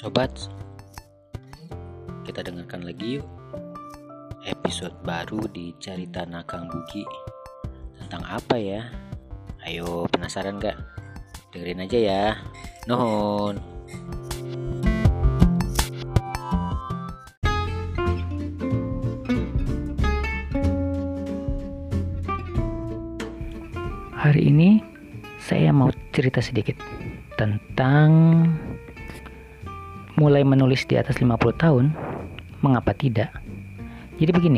Sobat, kita dengarkan lagi yuk episode baru di Cerita Nakang Bugi. Tentang apa ya? Ayo, penasaran gak? Dengerin aja ya. Nuhun. Hari ini saya mau cerita sedikit tentang mulai menulis di atas 50 tahun, mengapa tidak? Jadi begini,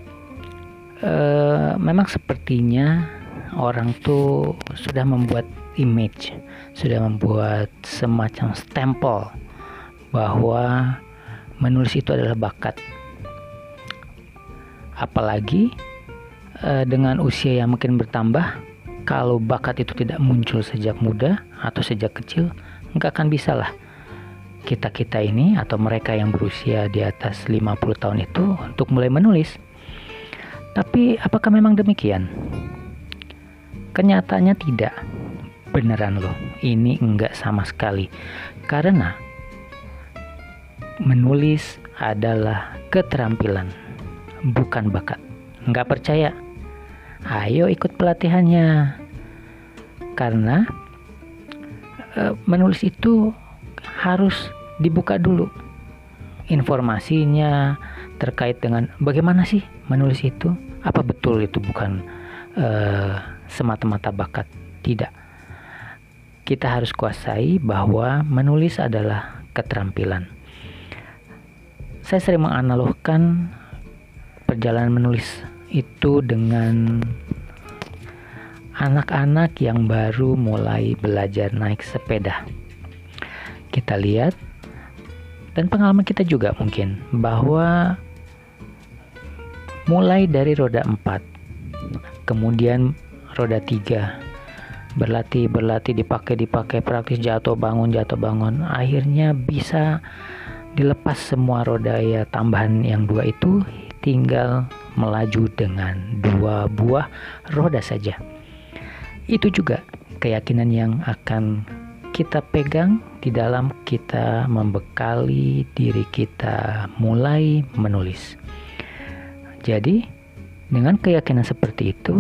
memang sepertinya orang tuh sudah membuat image, sudah membuat semacam stempel bahwa menulis itu adalah bakat. Apalagi dengan usia yang makin bertambah, kalau bakat itu tidak muncul sejak muda atau sejak kecil, nggak akan bisa lah kita ini atau mereka yang berusia di atas 50 tahun itu untuk mulai menulis. Tapi apakah memang demikian? Kenyataannya tidak. Beneran loh, ini enggak sama sekali. Karena menulis adalah keterampilan, bukan bakat. Enggak percaya? Ayo ikut pelatihannya. Karena menulis itu harus dibuka dulu informasinya terkait dengan bagaimana sih menulis itu. Apa betul itu bukan semata-mata bakat? Tidak. Kita harus kuasai bahwa menulis adalah keterampilan. Saya sering menganalogkan perjalanan menulis itu dengan anak-anak yang baru mulai belajar naik sepeda. Kita lihat, dan pengalaman kita juga mungkin, bahwa mulai dari roda 4, kemudian roda 3, berlatih, dipakai, praktis, jatuh bangun, akhirnya bisa dilepas semua roda ya tambahan yang 2 itu, tinggal melaju dengan 2 buah roda saja. Itu juga keyakinan yang akan kita pegang di dalam kita membekali diri kita mulai menulis. Jadi, dengan keyakinan seperti itu,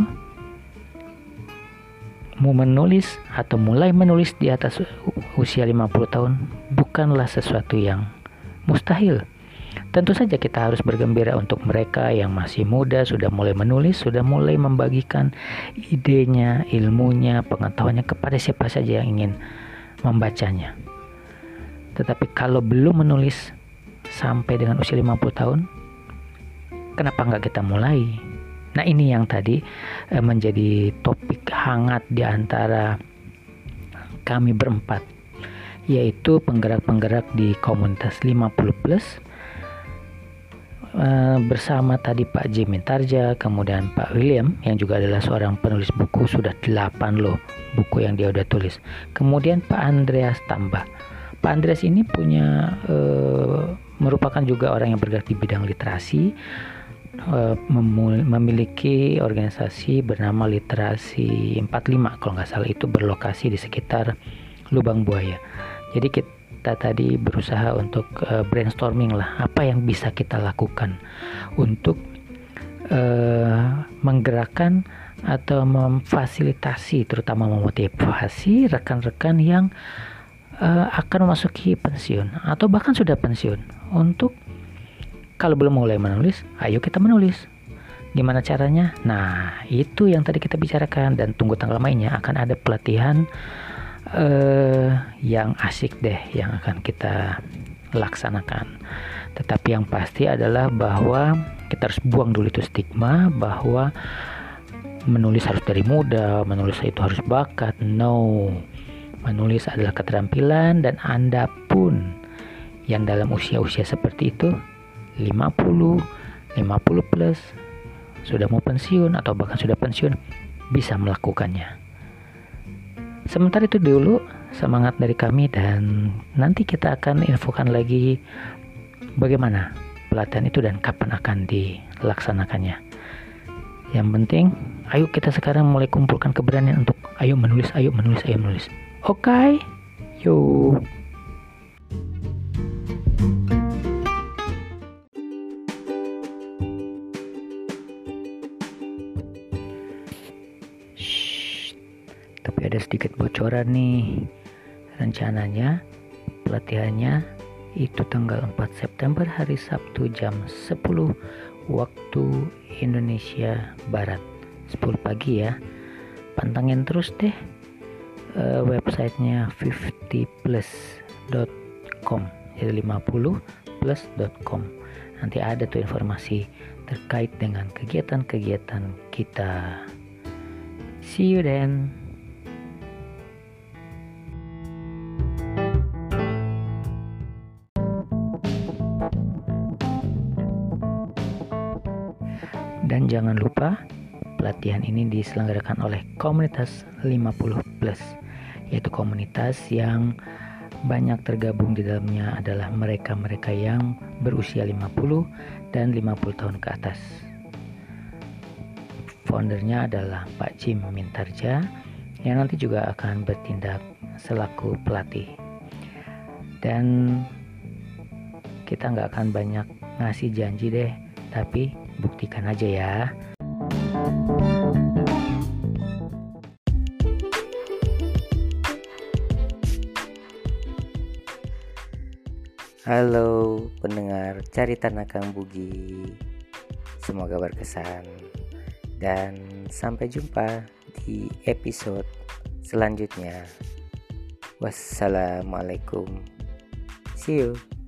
mau menulis atau mulai menulis di atas usia 50 tahun bukanlah sesuatu yang mustahil. Tentu saja kita harus bergembira untuk mereka yang masih muda, sudah mulai menulis, sudah mulai membagikan idenya, ilmunya, pengetahuannya kepada siapa saja yang ingin membacanya. Tetapi kalau belum menulis sampai dengan usia 50 tahun, kenapa enggak kita mulai? Nah, ini yang tadi menjadi topik hangat di antara kami berempat, yaitu penggerak-penggerak di komunitas 50 plus, bersama tadi Pak Jimmy Tarja, kemudian Pak William yang juga adalah seorang penulis buku, sudah 8 loh buku yang dia udah tulis. Kemudian Pak Andreas Tambah. Pak Andreas ini punya merupakan juga orang yang bergerak di bidang literasi, memiliki organisasi bernama Literasi 45 kalau nggak salah, itu berlokasi di sekitar Lubang Buaya. Jadi kita tadi berusaha untuk brainstorming lah, apa yang bisa kita lakukan untuk menggerakkan atau memfasilitasi, terutama memotivasi rekan-rekan yang akan memasuki pensiun atau bahkan sudah pensiun untuk kalau belum mulai menulis, ayo kita menulis. Gimana caranya? Nah, itu yang tadi kita bicarakan, dan tunggu tanggal mainnya akan ada pelatihan yang asik deh yang akan kita laksanakan. Tetapi yang pasti adalah bahwa kita harus buang dulu itu stigma bahwa menulis harus dari muda, menulis itu harus bakat. No, menulis adalah keterampilan, dan Anda pun yang dalam usia-usia seperti itu 50 plus, sudah mau pensiun atau bahkan sudah pensiun, bisa melakukannya. Sementara itu dulu semangat dari kami, dan nanti kita akan infokan lagi bagaimana pelatihan itu dan kapan akan dilaksanakannya. Yang penting, ayo kita sekarang mulai kumpulkan keberanian untuk ayo menulis. Oke? Yuk. ada sedikit bocoran nih. Rencananya pelatihannya itu tanggal 4 September hari Sabtu jam 10 waktu Indonesia Barat, 10 pagi ya. Pantengin terus deh websitenya 50plus.com, jadi 50plus.com. Nanti ada tuh informasi terkait dengan kegiatan-kegiatan kita. See you then. Dan jangan lupa, pelatihan ini diselenggarakan oleh komunitas 50 plus, yaitu komunitas yang banyak tergabung di dalamnya adalah mereka-mereka yang berusia 50 dan 50 tahun ke atas. Foundernya adalah Pak Jim Mintarja yang nanti juga akan bertindak selaku pelatih. Dan kita nggak akan banyak ngasih janji deh, tapi buktikan aja ya. Halo pendengar Carita Nakang Bugi, semoga berkesan dan sampai jumpa di episode selanjutnya. Wassalamualaikum, see you.